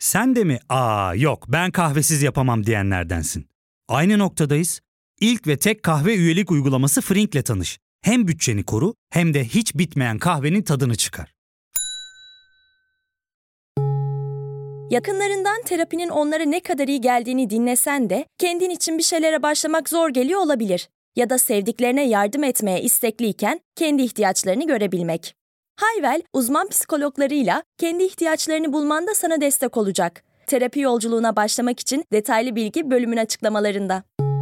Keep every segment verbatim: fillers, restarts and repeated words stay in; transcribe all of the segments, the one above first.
Sen de mi "Aa yok ben kahvesiz yapamam" diyenlerdensin? Aynı noktadayız. İlk ve tek kahve üyelik uygulaması Frink'le tanış. Hem bütçeni koru hem de hiç bitmeyen kahvenin tadını çıkar. Yakınlarından terapinin onlara ne kadar iyi geldiğini dinlesen de kendin için bir şeylere başlamak zor geliyor olabilir. Ya da sevdiklerine yardım etmeye istekliyken kendi ihtiyaçlarını görebilmek. Hayvel, uzman psikologlarıyla kendi ihtiyaçlarını bulmanda sana destek olacak. Terapi yolculuğuna başlamak için detaylı bilgi bölümün açıklamalarında.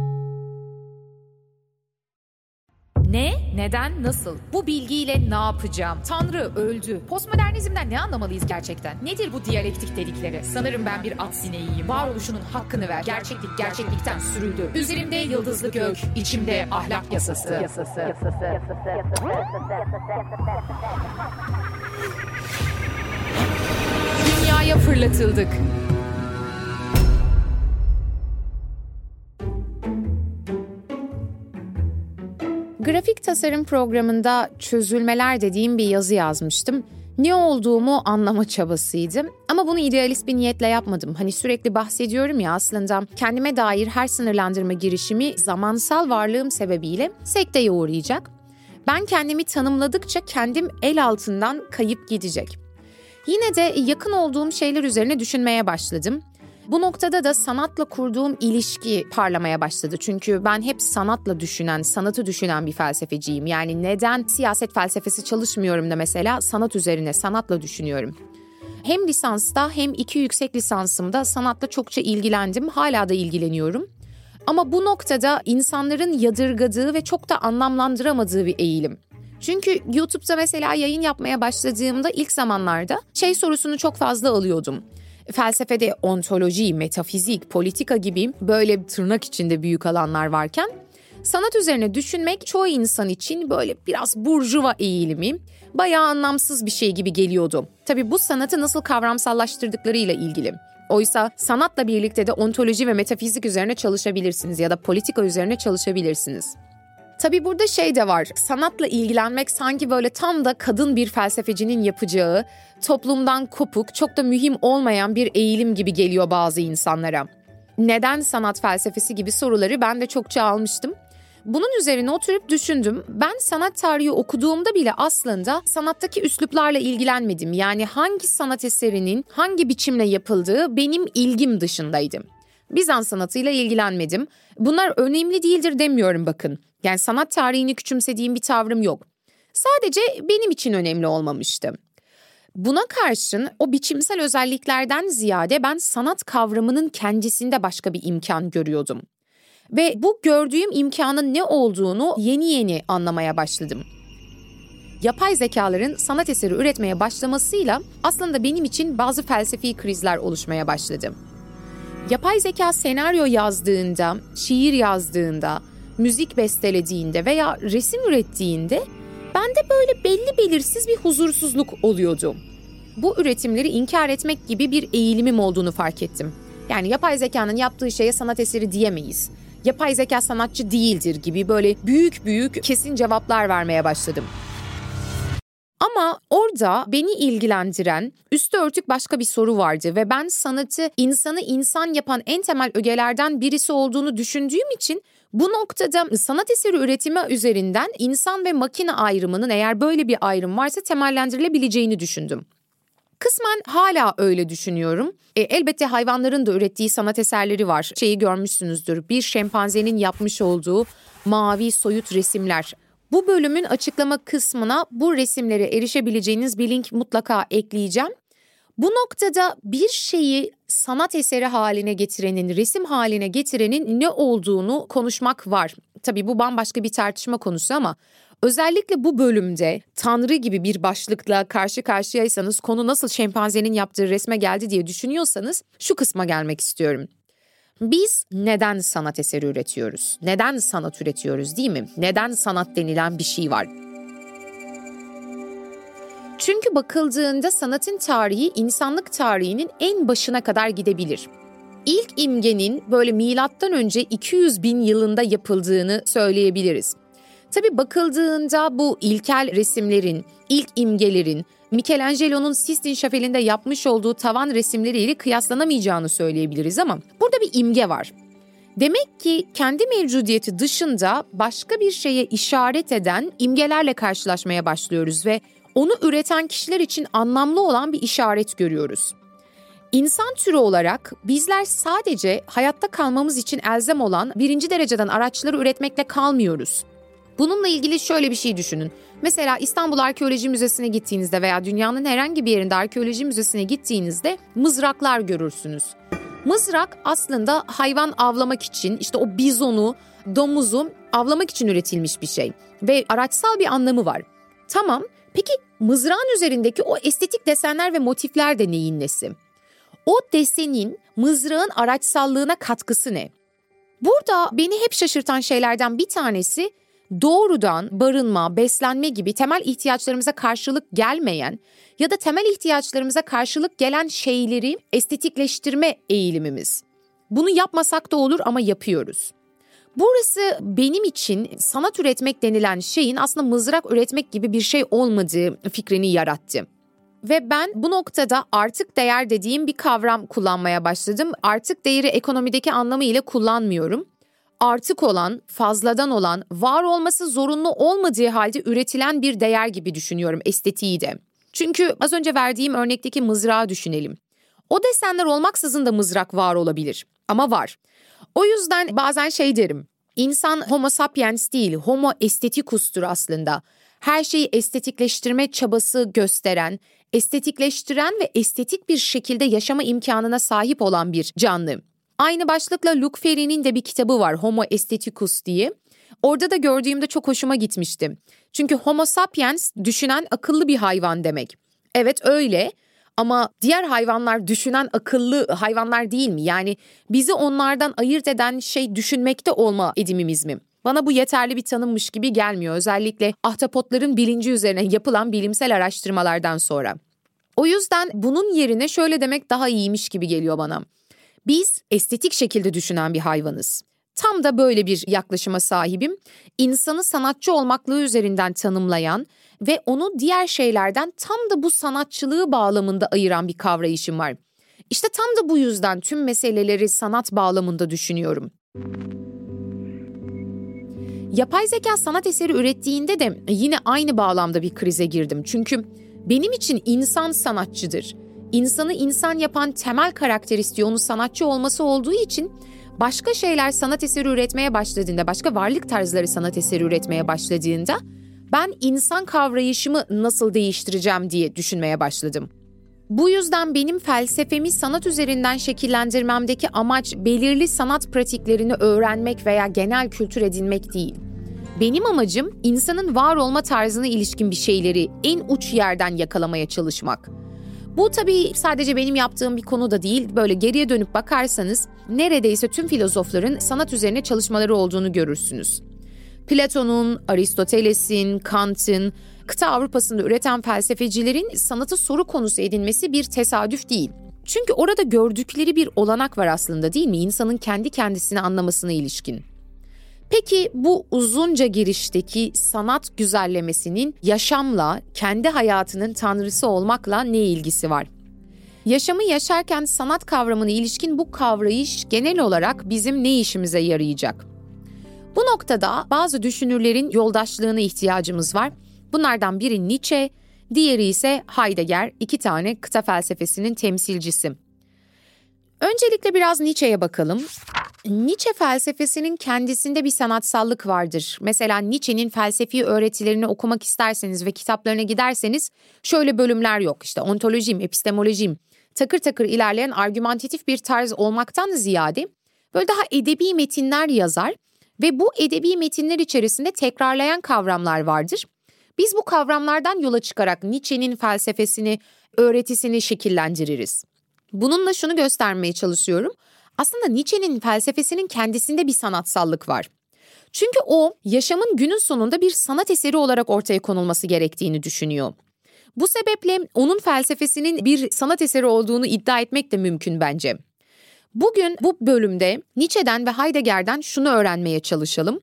Ne? Neden? Nasıl? Bu bilgiyle ne yapacağım? Tanrı öldü. Postmodernizmden ne anlamalıyız gerçekten? Nedir bu diyalektik dedikleri? Sanırım ben bir at sineğiyim. Varoluşunun hakkını ver. Gerçeklik gerçeklikten sürüldü. Üzerimde yıldızlı gök, içimde ahlak yasası. Yasası. Yasası. Yasası. Dünyaya fırlatıldık. Grafik tasarım programında çözülmeler dediğim bir yazı yazmıştım. Ne olduğumu anlama çabasıydı. Ama bunu idealist bir niyetle yapmadım. Hani sürekli bahsediyorum ya, aslında kendime dair her sınırlandırma girişimi zamansal varlığım sebebiyle sekteye uğrayacak. Ben kendimi tanımladıkça kendim el altından kayıp gidecek. Yine de yakın olduğum şeyler üzerine düşünmeye başladım. Bu noktada da sanatla kurduğum ilişki parlamaya başladı. Çünkü ben hep sanatla düşünen, sanatı düşünen bir felsefeciyim. Yani neden siyaset felsefesi çalışmıyorum da mesela sanat üzerine, sanatla düşünüyorum. Hem lisansta hem iki yüksek lisansımda sanatla çokça ilgilendim, hala da ilgileniyorum. Ama bu noktada insanların yadırgadığı ve çok da anlamlandıramadığı bir eğilim. Çünkü YouTube'da mesela yayın yapmaya başladığımda ilk zamanlarda şey sorusunu çok fazla alıyordum. Felsefede ontoloji, metafizik, politika gibi böyle tırnak içinde büyük alanlar varken sanat üzerine düşünmek çoğu insan için böyle biraz burjuva eğilimi, bayağı anlamsız bir şey gibi geliyordu. Tabii bu sanatı nasıl kavramsallaştırdıklarıyla ilgili. Oysa sanatla birlikte de ontoloji ve metafizik üzerine çalışabilirsiniz ya da politika üzerine çalışabilirsiniz. Tabii burada şey de var, sanatla ilgilenmek sanki böyle tam da kadın bir felsefecinin yapacağı, toplumdan kopuk, çok da mühim olmayan bir eğilim gibi geliyor bazı insanlara. Neden sanat felsefesi gibi soruları ben de çokça almıştım. Bunun üzerine oturup düşündüm. Ben sanat tarihi okuduğumda bile aslında sanattaki üsluplarla ilgilenmedim. Yani hangi sanat eserinin hangi biçimle yapıldığı benim ilgim dışındaydı. Bizans sanatıyla ilgilenmedim. Bunlar önemli değildir demiyorum bakın. Yani sanat tarihini küçümsediğim bir tavrım yok. Sadece benim için önemli olmamıştı. Buna karşın o biçimsel özelliklerden ziyade ben sanat kavramının kendisinde başka bir imkan görüyordum. Ve bu gördüğüm imkanın ne olduğunu yeni yeni anlamaya başladım. Yapay zekaların sanat eseri üretmeye başlamasıyla aslında benim için bazı felsefi krizler oluşmaya başladı. Yapay zeka senaryo yazdığında, şiir yazdığında, müzik bestelediğinde veya resim ürettiğinde bende böyle belli belirsiz bir huzursuzluk oluyordu. Bu üretimleri inkar etmek gibi bir eğilimim olduğunu fark ettim. Yani yapay zekanın yaptığı şeye sanat eseri diyemeyiz. Yapay zeka sanatçı değildir gibi böyle büyük büyük kesin cevaplar vermeye başladım. Ama orada beni ilgilendiren üstü örtük başka bir soru vardı ve ben sanatı insanı insan yapan en temel ögelerden birisi olduğunu düşündüğüm için bu noktada sanat eseri üretimi üzerinden insan ve makine ayrımının, eğer böyle bir ayrım varsa, temellendirilebileceğini düşündüm. Kısmen hala öyle düşünüyorum. E, elbette hayvanların da ürettiği sanat eserleri var. Şeyi görmüşsünüzdür, bir şempanzenin yapmış olduğu mavi soyut resimler. Bu bölümün açıklama kısmına bu resimlere erişebileceğiniz bir link mutlaka ekleyeceğim. Bu noktada bir şeyi sanat eseri haline getirenin, resim haline getirenin ne olduğunu konuşmak var. Tabii bu bambaşka bir tartışma konusu ama özellikle bu bölümde Tanrı gibi bir başlıkla karşı karşıyaysanız, konu nasıl şempanzenin yaptığı resme geldi diye düşünüyorsanız şu kısma gelmek istiyorum. Biz neden sanat eseri üretiyoruz? Neden sanat üretiyoruz, değil mi? Neden sanat denilen bir şey var? Çünkü bakıldığında sanatın tarihi insanlık tarihinin en başına kadar gidebilir. İlk imgenin böyle milattan önce iki yüz bin yılında yapıldığını söyleyebiliriz. Tabii bakıldığında bu ilkel resimlerin, ilk imgelerin, Michelangelo'nun Sistine Şapeli'nde yapmış olduğu tavan resimleriyle kıyaslanamayacağını söyleyebiliriz ama burada bir imge var. Demek ki kendi mevcudiyeti dışında başka bir şeye işaret eden imgelerle karşılaşmaya başlıyoruz ve onu üreten kişiler için anlamlı olan bir işaret görüyoruz. İnsan türü olarak bizler sadece hayatta kalmamız için elzem olan birinci dereceden araçları üretmekle kalmıyoruz. Bununla ilgili şöyle bir şey düşünün. Mesela İstanbul Arkeoloji Müzesi'ne gittiğinizde veya dünyanın herhangi bir yerinde arkeoloji müzesine gittiğinizde mızraklar görürsünüz. Mızrak aslında hayvan avlamak için, işte o bizonu, domuzu avlamak için üretilmiş bir şey ve araçsal bir anlamı var. Tamam, peki mızrağın üzerindeki o estetik desenler ve motifler de neyin nesi? O desenin mızrağın araçsallığına katkısı ne? Burada beni hep şaşırtan şeylerden bir tanesi doğrudan barınma, beslenme gibi temel ihtiyaçlarımıza karşılık gelmeyen ya da temel ihtiyaçlarımıza karşılık gelen şeyleri estetikleştirme eğilimimiz. Bunu yapmasak da olur ama yapıyoruz. Burası benim için sanat üretmek denilen şeyin aslında mızrak üretmek gibi bir şey olmadığı fikrini yarattı. Ve ben bu noktada artık değer dediğim bir kavram kullanmaya başladım. Artık değeri ekonomideki anlamıyla kullanmıyorum. Artık olan, fazladan olan, var olması zorunlu olmadığı halde üretilen bir değer gibi düşünüyorum estetiği de. Çünkü az önce verdiğim örnekteki mızrağı düşünelim. O desenler olmaksızın da mızrak var olabilir ama var. O yüzden bazen şey derim, insan homo sapiens değil, homo esteticus'tur aslında. Her şeyi estetikleştirme çabası gösteren, estetikleştiren ve estetik bir şekilde yaşama imkanına sahip olan bir canlı. Aynı başlıkla Luc Ferry'nin de bir kitabı var, Homo Aestheticus diye. Orada da gördüğümde çok hoşuma gitmişti. Çünkü Homo sapiens düşünen akıllı bir hayvan demek. Evet öyle ama diğer hayvanlar düşünen akıllı hayvanlar değil mi? Yani bizi onlardan ayırt eden şey düşünmekte olma edimimiz mi? Bana bu yeterli bir tanımmış gibi gelmiyor. Özellikle ahtapotların bilinci üzerine yapılan bilimsel araştırmalardan sonra. O yüzden bunun yerine şöyle demek daha iyiymiş gibi geliyor bana. Biz estetik şekilde düşünen bir hayvanız. Tam da böyle bir yaklaşıma sahibim. İnsanı sanatçı olmaklığı üzerinden tanımlayan ve onu diğer şeylerden tam da bu sanatçılığı bağlamında ayıran bir kavrayışım var. İşte tam da bu yüzden tüm meseleleri sanat bağlamında düşünüyorum. Yapay zeka sanat eseri ürettiğinde de yine aynı bağlamda bir krize girdim. Çünkü benim için insan sanatçıdır. İnsanı insan yapan temel karakteristiği onun sanatçı olması olduğu için başka şeyler sanat eseri üretmeye başladığında, başka varlık tarzları sanat eseri üretmeye başladığında ben insan kavrayışımı nasıl değiştireceğim diye düşünmeye başladım. Bu yüzden benim felsefemi sanat üzerinden şekillendirmemdeki amaç belirli sanat pratiklerini öğrenmek veya genel kültür edinmek değil. Benim amacım insanın var olma tarzına ilişkin bir şeyleri en uç yerden yakalamaya çalışmak. Bu tabii sadece benim yaptığım bir konu da değil. Böyle geriye dönüp bakarsanız neredeyse tüm filozofların sanat üzerine çalışmaları olduğunu görürsünüz. Platon'un, Aristoteles'in, Kant'ın, kıta Avrupa'sında üreten felsefecilerin sanatı soru konusu edinmesi bir tesadüf değil. Çünkü orada gördükleri bir olanak var aslında, değil mi? İnsanın kendi kendisini anlamasına ilişkin. Peki bu uzunca girişteki sanat güzellemesinin yaşamla, kendi hayatının tanrısı olmakla ne ilgisi var? Yaşamı yaşarken sanat kavramına ilişkin bu kavrayış genel olarak bizim ne işimize yarayacak? Bu noktada bazı düşünürlerin yoldaşlığına ihtiyacımız var. Bunlardan biri Nietzsche, diğeri ise Heidegger, iki tane kıta felsefesinin temsilcisi. Öncelikle biraz Nietzsche'ye bakalım. Nietzsche felsefesinin kendisinde bir sanatsallık vardır. Mesela Nietzsche'nin felsefi öğretilerini okumak isterseniz ve kitaplarına giderseniz şöyle bölümler yok. İşte ontolojim, epistemolojim, takır takır ilerleyen argümantatif bir tarz olmaktan ziyade böyle daha edebi metinler yazar ve bu edebi metinler içerisinde tekrarlayan kavramlar vardır. Biz bu kavramlardan yola çıkarak Nietzsche'nin felsefesini, öğretisini şekillendiririz. Bununla şunu göstermeye çalışıyorum. Aslında Nietzsche'nin felsefesinin kendisinde bir sanatsallık var. Çünkü o yaşamın günün sonunda bir sanat eseri olarak ortaya konulması gerektiğini düşünüyor. Bu sebeple onun felsefesinin bir sanat eseri olduğunu iddia etmek de mümkün bence. Bugün bu bölümde Nietzsche'den ve Heidegger'den şunu öğrenmeye çalışalım.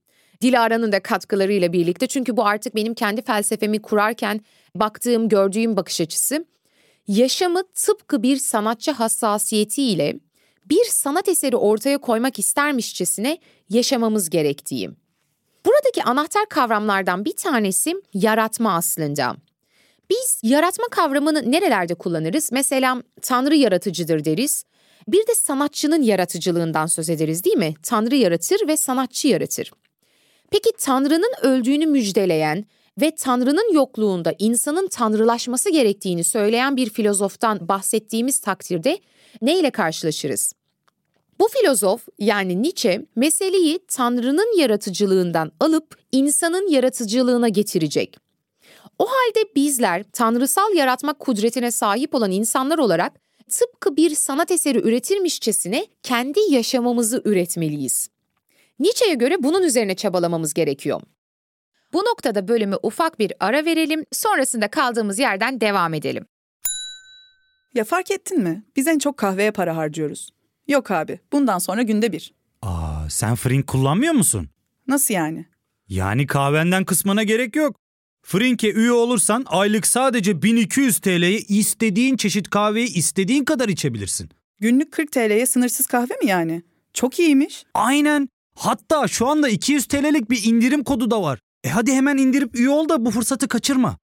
Dilara'nın da katkılarıyla birlikte. Çünkü bu artık benim kendi felsefemi kurarken baktığım, gördüğüm bakış açısı. Yaşamı tıpkı bir sanatçı hassasiyetiyle bir sanat eseri ortaya koymak istermişçesine yaşamamız gerektiği. Buradaki anahtar kavramlardan bir tanesi yaratma aslında. Biz yaratma kavramını nerelerde kullanırız? Mesela Tanrı yaratıcıdır deriz. Bir de sanatçının yaratıcılığından söz ederiz değil mi? Tanrı yaratır ve sanatçı yaratır. Peki Tanrı'nın öldüğünü müjdeleyen ve Tanrı'nın yokluğunda insanın tanrılaşması gerektiğini söyleyen bir filozoftan bahsettiğimiz takdirde ne ile karşılaşırız? Bu filozof yani Nietzsche meseleyi Tanrı'nın yaratıcılığından alıp insanın yaratıcılığına getirecek. O halde bizler tanrısal yaratmak kudretine sahip olan insanlar olarak tıpkı bir sanat eseri üretirmişçesine kendi yaşamımızı üretmeliyiz. Nietzsche'ye göre bunun üzerine çabalamamız gerekiyor. Bu noktada bölümü ufak bir ara verelim, sonrasında kaldığımız yerden devam edelim. Ya fark ettin mi? Biz en çok kahveye para harcıyoruz. Yok abi, bundan sonra günde bir. Aa, sen Frink kullanmıyor musun? Nasıl yani? Yani kahvenden kısmına gerek yok. Frink'e üye olursan aylık sadece bin iki yüz T L'ye istediğin çeşit kahveyi istediğin kadar içebilirsin. Günlük kırk T L'ye sınırsız kahve mi yani? Çok iyiymiş. Aynen. Hatta şu anda iki yüz T L'lik bir indirim kodu da var. E hadi hemen indirip üye ol da bu fırsatı kaçırma.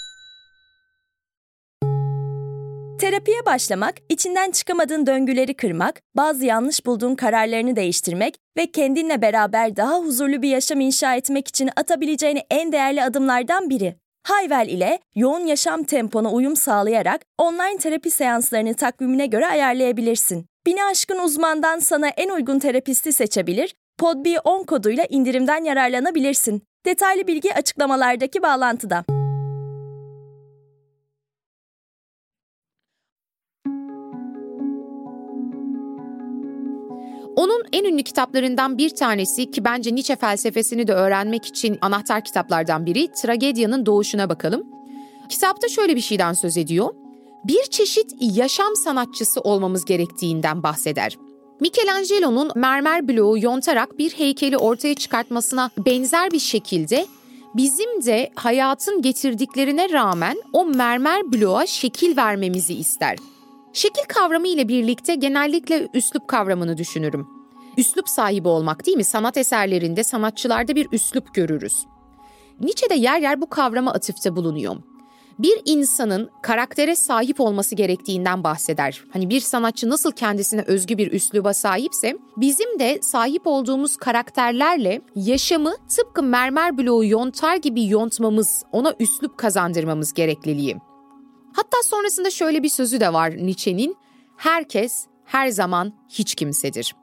Terapiye başlamak, içinden çıkamadığın döngüleri kırmak, bazı yanlış bulduğun kararlarını değiştirmek ve kendinle beraber daha huzurlu bir yaşam inşa etmek için atabileceğin en değerli adımlardan biri. Hayvel ile yoğun yaşam tempona uyum sağlayarak online terapi seanslarını takvimine göre ayarlayabilirsin. Bini aşkın uzmandan sana en uygun terapisti seçebilir, Pod B on koduyla indirimden yararlanabilirsin. Detaylı bilgi açıklamalardaki bağlantıda. Onun en ünlü kitaplarından bir tanesi ki bence Nietzsche felsefesini de öğrenmek için anahtar kitaplardan biri, Tragedyanın Doğuşuna bakalım. Kitapta şöyle bir şeyden söz ediyor. Bir çeşit yaşam sanatçısı olmamız gerektiğinden bahseder. Michelangelo'nun mermer bloğu yontarak bir heykeli ortaya çıkartmasına benzer bir şekilde bizim de hayatın getirdiklerine rağmen o mermer bloğa şekil vermemizi ister. Şekil kavramı ile birlikte genellikle üslup kavramını düşünürüm. Üslup sahibi olmak değil mi? Sanat eserlerinde, sanatçılarda bir üslup görürüz. Nietzsche de yer yer bu kavrama atıfta bulunuyor. Bir insanın karaktere sahip olması gerektiğinden bahseder. Hani bir sanatçı nasıl kendisine özgü bir üsluba sahipse, bizim de sahip olduğumuz karakterlerle yaşamı tıpkı mermer bloğu yontar gibi yontmamız, ona üslup kazandırmamız gerekliliği. Hatta sonrasında şöyle bir sözü de var Nietzsche'nin, herkes her zaman hiç kimsedir.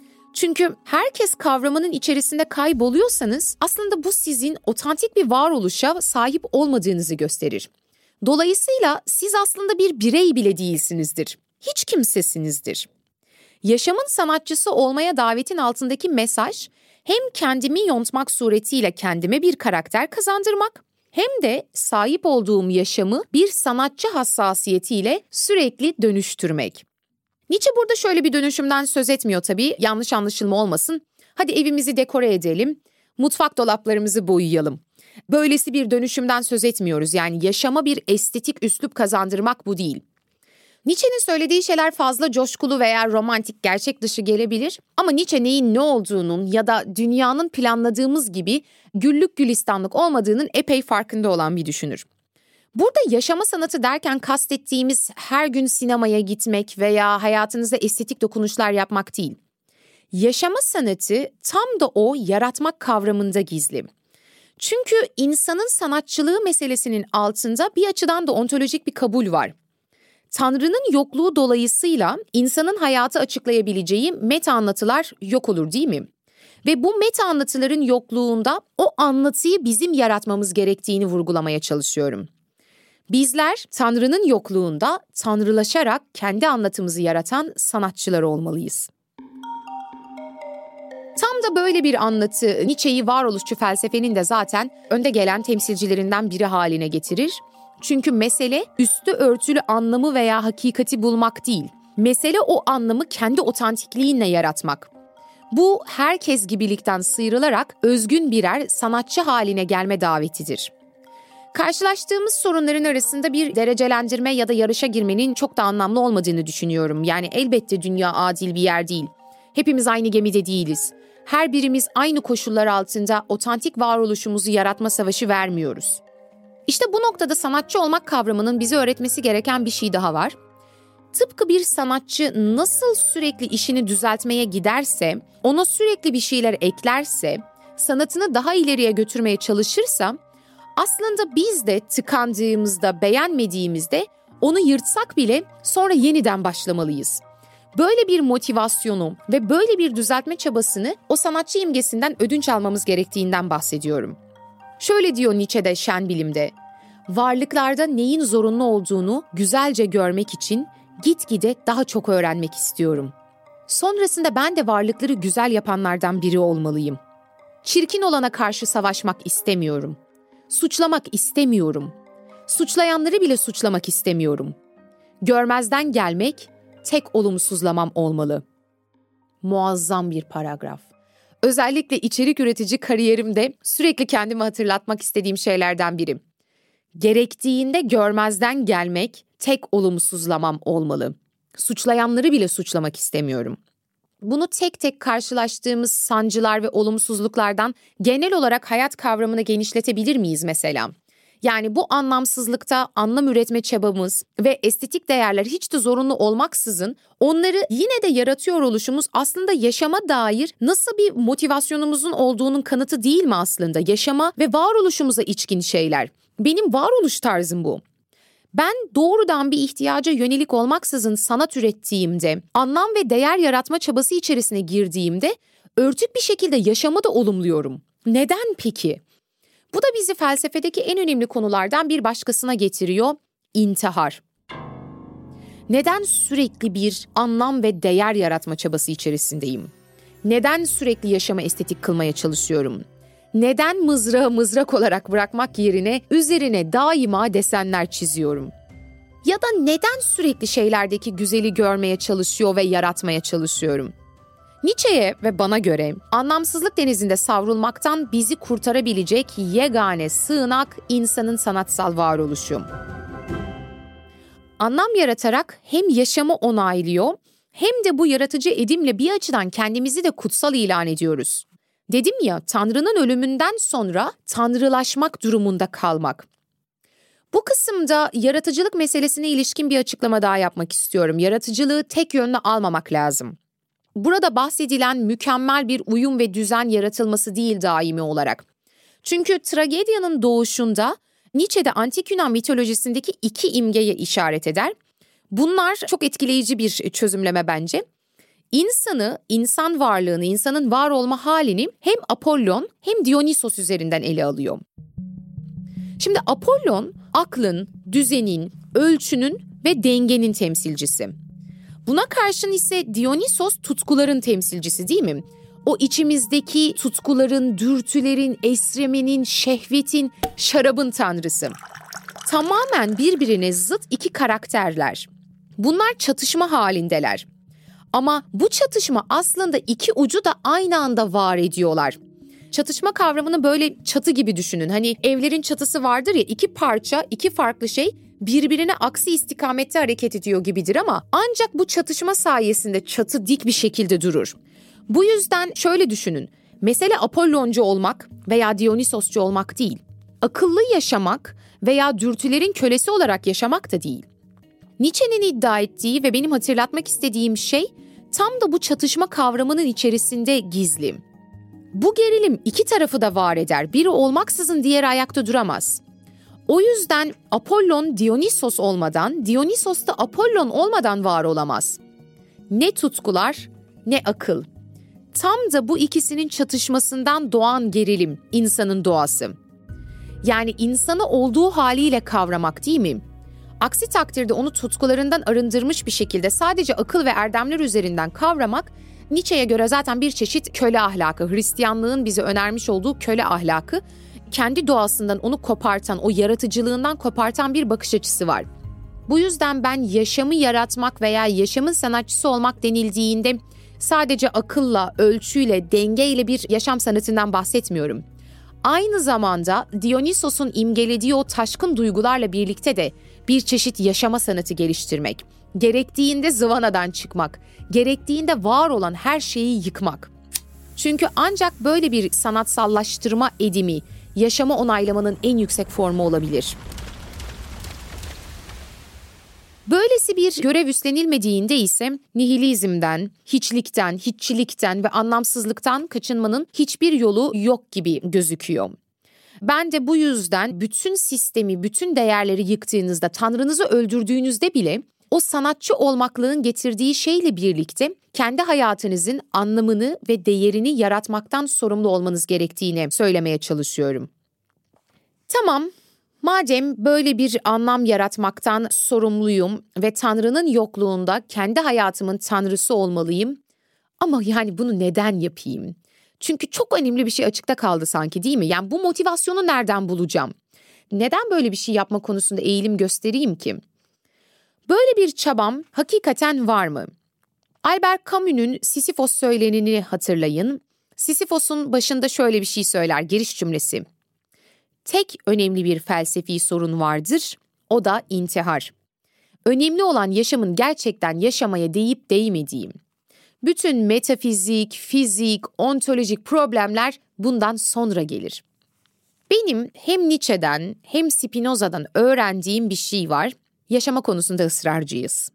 Çünkü herkes kavramının içerisinde kayboluyorsanız aslında bu sizin otantik bir varoluşa sahip olmadığınızı gösterir. Dolayısıyla siz aslında bir birey bile değilsinizdir. Hiç kimsesinizdir. Yaşamın sanatçısı olmaya davetin altındaki mesaj hem kendimi yontmak suretiyle kendime bir karakter kazandırmak, hem de sahip olduğum yaşamı bir sanatçı hassasiyetiyle sürekli dönüştürmek. Nietzsche burada şöyle bir dönüşümden söz etmiyor tabii, yanlış anlaşılma olmasın. Hadi evimizi dekore edelim, mutfak dolaplarımızı boyayalım. Böylesi bir dönüşümden söz etmiyoruz. Yani yaşama bir estetik üslup kazandırmak bu değil. Nietzsche'nin söylediği şeyler fazla coşkulu veya romantik, gerçek dışı gelebilir. Ama Nietzsche neyin ne olduğunun ya da dünyanın planladığımız gibi güllük gülistanlık olmadığının epey farkında olan bir düşünür. Burada yaşama sanatı derken kastettiğimiz her gün sinemaya gitmek veya hayatınızda estetik dokunuşlar yapmak değil. Yaşama sanatı tam da o yaratmak kavramında gizli. Çünkü insanın sanatçılığı meselesinin altında bir açıdan da ontolojik bir kabul var. Tanrı'nın yokluğu dolayısıyla insanın hayatı açıklayabileceği meta anlatılar yok olur değil mi? Ve bu meta anlatıların yokluğunda o anlatıyı bizim yaratmamız gerektiğini vurgulamaya çalışıyorum. Bizler Tanrı'nın yokluğunda tanrılaşarak kendi anlatımızı yaratan sanatçılar olmalıyız. Tam da böyle bir anlatı Nietzsche'yi varoluşçu felsefenin de zaten önde gelen temsilcilerinden biri haline getirir. Çünkü mesele üstü örtülü anlamı veya hakikati bulmak değil. Mesele o anlamı kendi otantikliğinle yaratmak. Bu herkes gibilikten sıyrılarak özgün birer sanatçı haline gelme davetidir. Karşılaştığımız sorunların arasında bir derecelendirme ya da yarışa girmenin çok da anlamlı olmadığını düşünüyorum. Yani elbette dünya adil bir yer değil. Hepimiz aynı gemide değiliz. Her birimiz aynı koşullar altında otantik varoluşumuzu yaratma savaşı vermiyoruz. İşte bu noktada sanatçı olmak kavramının bize öğretmesi gereken bir şey daha var. Tıpkı bir sanatçı nasıl sürekli işini düzeltmeye giderse, ona sürekli bir şeyler eklerse, sanatını daha ileriye götürmeye çalışırsa, aslında biz de tıkandığımızda, beğenmediğimizde onu yırtsak bile sonra yeniden başlamalıyız. Böyle bir motivasyonu ve böyle bir düzeltme çabasını o sanatçı imgesinden ödünç almamız gerektiğinden bahsediyorum. Şöyle diyor Nietzsche'de Şen Bilim'de, varlıklarda neyin zorunlu olduğunu güzelce görmek için gitgide daha çok öğrenmek istiyorum. Sonrasında ben de varlıkları güzel yapanlardan biri olmalıyım. Çirkin olana karşı savaşmak istemiyorum. Suçlamak istemiyorum. Suçlayanları bile suçlamak istemiyorum. Görmezden gelmek tek olumsuzlamam olmalı. Muazzam bir paragraf. Özellikle içerik üretici kariyerimde sürekli kendime hatırlatmak istediğim şeylerden biri. Gerektiğinde görmezden gelmek tek olumsuzlamam olmalı. Suçlayanları bile suçlamak istemiyorum. Bunu tek tek karşılaştığımız sancılar ve olumsuzluklardan genel olarak hayat kavramını genişletebilir miyiz mesela? Yani bu anlamsızlıkta anlam üretme çabamız ve estetik değerler hiç de zorunlu olmaksızın onları yine de yaratıyor oluşumuz aslında yaşama dair nasıl bir motivasyonumuzun olduğunun kanıtı değil mi aslında? Yaşama ve varoluşumuza içkin şeyler. Benim varoluş tarzım bu. Ben doğrudan bir ihtiyaca yönelik olmaksızın sanat ürettiğimde, anlam ve değer yaratma çabası içerisine girdiğimde örtük bir şekilde yaşamı da olumluyorum. Neden peki? Bu da bizi felsefedeki en önemli konulardan bir başkasına getiriyor, intihar. Neden sürekli bir anlam ve değer yaratma çabası içerisindeyim? Neden sürekli yaşamı estetik kılmaya çalışıyorum? Neden mızrağı mızrak olarak bırakmak yerine üzerine daima desenler çiziyorum? Ya da neden sürekli şeylerdeki güzeli görmeye çalışıyor ve yaratmaya çalışıyorum? Nietzsche'ye ve bana göre anlamsızlık denizinde savrulmaktan bizi kurtarabilecek yegane sığınak insanın sanatsal varoluşu. Anlam yaratarak hem yaşamı onaylıyor hem de bu yaratıcı edimle bir açıdan kendimizi de kutsal ilan ediyoruz. Dedim ya, Tanrı'nın ölümünden sonra tanrılaşmak durumunda kalmak. Bu kısımda yaratıcılık meselesine ilişkin bir açıklama daha yapmak istiyorum. Yaratıcılığı tek yönlü almamak lazım. Burada bahsedilen mükemmel bir uyum ve düzen yaratılması değil daimi olarak. Çünkü tragedyanın doğuşunda Nietzsche'de Antik Yunan mitolojisindeki iki imgeye işaret eder. Bunlar çok etkileyici bir çözümleme bence. İnsanı, insan varlığını, insanın var olma halini hem Apollon hem Dionysos üzerinden ele alıyor. Şimdi Apollon, aklın, düzenin, ölçünün ve dengenin temsilcisi. Buna karşın ise Dionysos tutkuların temsilcisi değil mi? O içimizdeki tutkuların, dürtülerin, esremenin, şehvetin, şarabın tanrısı. Tamamen birbirine zıt iki karakterler. Bunlar çatışma halindeler. Ama bu çatışma aslında iki ucu da aynı anda var ediyorlar. Çatışma kavramını böyle çatı gibi düşünün. Hani evlerin çatısı vardır ya, iki parça, iki farklı şey birbirine aksi istikamette hareket ediyor gibidir ama ancak bu çatışma sayesinde çatı dik bir şekilde durur. Bu yüzden şöyle düşünün. Mesele Apolloncu olmak veya Dionysosçu olmak değil. Akıllı yaşamak veya dürtülerin kölesi olarak yaşamak da değil. Nietzsche'nin iddia ettiği ve benim hatırlatmak istediğim şey tam da bu çatışma kavramının içerisinde gizli. Bu gerilim iki tarafı da var eder. Biri olmaksızın diğeri ayakta duramaz. O yüzden Apollon Dionysos olmadan, Dionysos da Apollon olmadan var olamaz. Ne tutkular ne akıl. Tam da bu ikisinin çatışmasından doğan gerilim insanın doğası. Yani insanı olduğu haliyle kavramak değil mi? Aksi takdirde onu tutkularından arındırmış bir şekilde sadece akıl ve erdemler üzerinden kavramak, Nietzsche'ye göre zaten bir çeşit köle ahlakı, Hristiyanlığın bize önermiş olduğu köle ahlakı, kendi doğasından onu kopartan, o yaratıcılığından kopartan bir bakış açısı var. Bu yüzden ben yaşamı yaratmak veya yaşamın sanatçısı olmak denildiğinde sadece akılla, ölçüyle, dengeyle bir yaşam sanatından bahsetmiyorum. Aynı zamanda Dionysos'un imgelediği o taşkın duygularla birlikte de bir çeşit yaşama sanatı geliştirmek. Gerektiğinde zıvanadan çıkmak, gerektiğinde var olan her şeyi yıkmak. Çünkü ancak böyle bir sanatsallaştırma edimi, yaşamı onaylamanın en yüksek formu olabilir. Böylesi bir görev üstlenilmediğinde ise nihilizmden, hiçlikten, hiççilikten ve anlamsızlıktan kaçınmanın hiçbir yolu yok gibi gözüküyor. Ben de bu yüzden bütün sistemi, bütün değerleri yıktığınızda, Tanrınızı öldürdüğünüzde bile o sanatçı olmaklığın getirdiği şeyle birlikte kendi hayatınızın anlamını ve değerini yaratmaktan sorumlu olmanız gerektiğini söylemeye çalışıyorum. Tamam. Madem böyle bir anlam yaratmaktan sorumluyum ve Tanrı'nın yokluğunda kendi hayatımın tanrısı olmalıyım. Ama yani bunu neden yapayım? Çünkü çok önemli bir şey açıkta kaldı sanki, değil mi? Yani bu motivasyonu nereden bulacağım? Neden böyle bir şey yapma konusunda eğilim göstereyim ki? Böyle bir çabam hakikaten var mı? Albert Camus'un Sisyphos söylenini hatırlayın. Sisyphos'un başında şöyle bir şey söyler, giriş cümlesi. Tek önemli bir felsefi sorun vardır, o da intihar. Önemli olan yaşamın gerçekten yaşamaya değip değmediğim. Bütün metafizik, fizik, ontolojik problemler bundan sonra gelir. Benim hem Nietzsche'den hem Spinoza'dan öğrendiğim bir şey var, yaşama konusunda ısrarcıyız.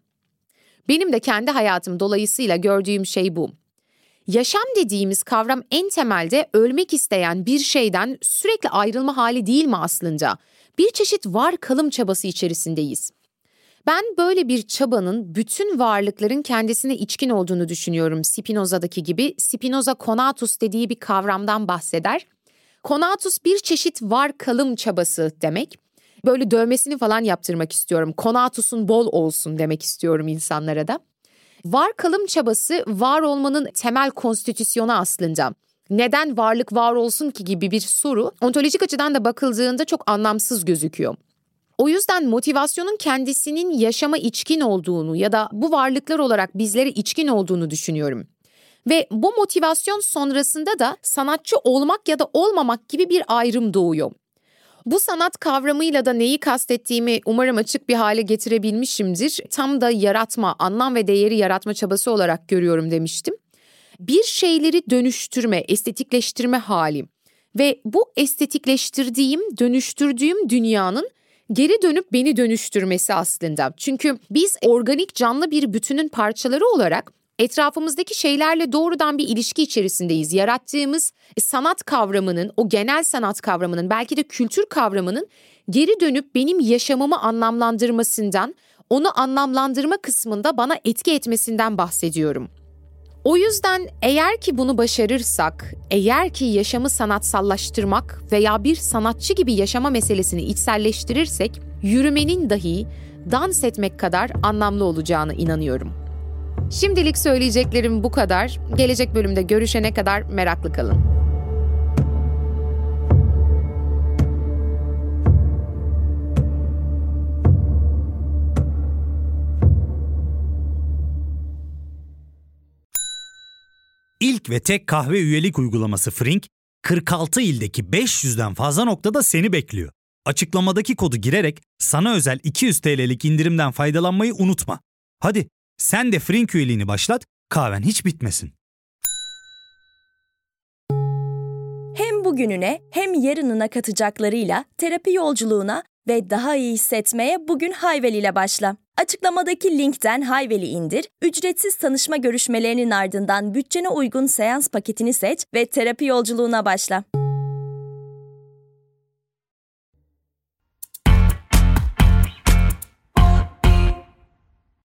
Benim de kendi hayatım dolayısıyla gördüğüm şey bu. Yaşam dediğimiz kavram en temelde ölmek isteyen bir şeyden sürekli ayrılma hali değil mi aslında? Bir çeşit var kalım çabası içerisindeyiz. Ben böyle bir çabanın bütün varlıkların kendisine içkin olduğunu düşünüyorum Spinoza'daki gibi. Spinoza conatus dediği bir kavramdan bahseder. Conatus bir çeşit var kalım çabası demek. Böyle dövmesini falan yaptırmak istiyorum. Conatus'un bol olsun demek istiyorum insanlara da. Var kalım çabası var olmanın temel konstitüsyonu aslında. Neden varlık var olsun ki gibi bir soru ontolojik açıdan da bakıldığında çok anlamsız gözüküyor. O yüzden motivasyonun kendisinin yaşama içkin olduğunu ya da bu varlıklar olarak bizlere içkin olduğunu düşünüyorum. Ve bu motivasyon sonrasında da sanatçı olmak ya da olmamak gibi bir ayrım doğuyor. Bu sanat kavramıyla da neyi kastettiğimi umarım açık bir hale getirebilmişimdir. Tam da yaratma, anlam ve değeri yaratma çabası olarak görüyorum demiştim. Bir şeyleri dönüştürme, estetikleştirme hali ve bu estetikleştirdiğim, dönüştürdüğüm dünyanın geri dönüp beni dönüştürmesi aslında. Çünkü biz organik canlı bir bütünün parçaları olarak etrafımızdaki şeylerle doğrudan bir ilişki içerisindeyiz. Yarattığımız sanat kavramının, o genel sanat kavramının, belki de kültür kavramının geri dönüp benim yaşamımı anlamlandırmasından, onu anlamlandırma kısmında bana etki etmesinden bahsediyorum. O yüzden eğer ki bunu başarırsak, eğer ki yaşamı sanatsallaştırmak veya bir sanatçı gibi yaşama meselesini içselleştirirsek, yürümenin dahi dans etmek kadar anlamlı olacağına inanıyorum. Şimdilik söyleyeceklerim bu kadar. Gelecek bölümde görüşene kadar meraklı kalın. İlk ve tek kahve üyelik uygulaması Frink, kırk altı ildeki beş yüzden fazla noktada seni bekliyor. Açıklamadaki kodu girerek sana özel iki yüz TL'lik indirimden faydalanmayı unutma. Hadi sen de Frink üyeliğini başlat, kahven hiç bitmesin. Hem bugününe hem yarınına katacaklarıyla terapi yolculuğuna ve daha iyi hissetmeye bugün Hayvel ile başla. Açıklamadaki linkten Hayvel'i indir, ücretsiz tanışma görüşmelerinin ardından bütçene uygun seans paketini seç ve terapi yolculuğuna başla.